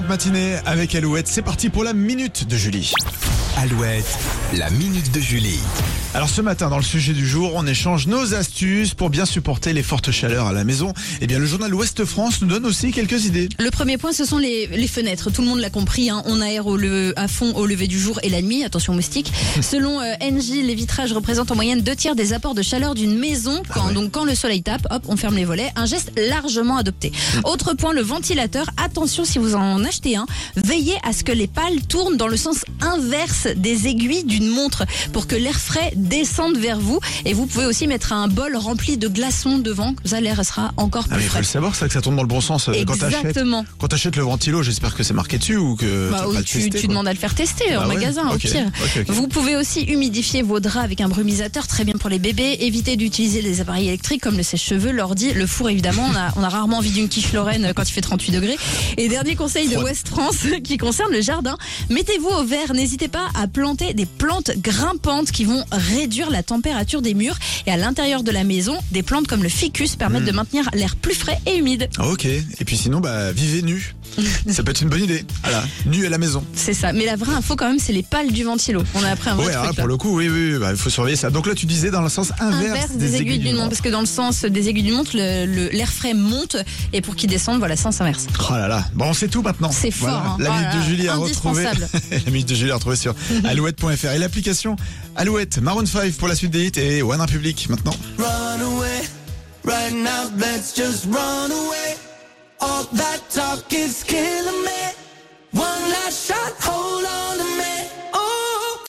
excellente matinée avec Alouette. C'est parti pour la Minute de Julie. Alouette, la Minute de Julie. Alors ce matin, dans le sujet du jour, on échange nos astuces pour bien supporter les fortes chaleurs à la maison. Eh bien, le journal Ouest France nous donne aussi quelques idées. Le premier point, ce sont les fenêtres. Tout le monde l'a compris, hein. On aère à fond au lever du jour et la nuit. Attention moustiques. Selon Engie, les vitrages représentent en moyenne 2/3 des apports de chaleur d'une maison. Donc quand le soleil tape, hop, on ferme les volets. Un geste largement adopté. Autre point, le ventilateur. Attention si vous en achetez un, veillez à ce que les pales tournent dans le sens inverse des aiguilles d'une montre pour que l'air frais descende vers vous. Et vous pouvez aussi mettre un bol rempli de glaçons devant, comme ça l'air sera encore plus Il faut frais. le savoir, ça, que ça tourne dans le bon sens. Exactement. Quand t'achètes le ventilo, j'espère que c'est marqué dessus ou que tu demandes à le faire tester en magasin, au pire. Okay. Vous pouvez aussi humidifier vos draps avec un brumisateur, très bien pour les bébés. Évitez d'utiliser les appareils électriques comme le sèche-cheveux, l'ordi, le four évidemment. On a rarement envie d'une quiche Lorraine quand il fait 38 degrés. Et dernier conseil de Ouest France qui concerne le jardin. Mettez-vous au vert, n'hésitez pas à planter des plantes grimpantes qui vont réduire la température des murs. Et à l'intérieur de la maison, des plantes comme le ficus permettent de maintenir l'air plus frais et humide. Ok, et puis sinon, vivez nu. Ça peut être une bonne idée. Voilà, nu à la maison. C'est ça, mais la vraie info quand même, c'est les pales du ventilo. On a appris un vrai truc, pour le coup, oui, il faut surveiller ça. Donc là, tu disais dans le sens inverse des aiguilles d'une montre, parce que dans le sens des aiguilles d'une montre, l'air frais monte, et pour qu'il descende, voilà, sens inverse. Oh là là, bon, c'est tout maintenant. C'est fort. Hein. La Minute de Julie à retrouver. La Minute de Julie à retrouver sur alouette.fr et l'application Alouette. Maroon 5 pour la suite des hits et One Republic maintenant. Run away, right now, let's just run away. All that talk is killing me. One last shot, hold on to me.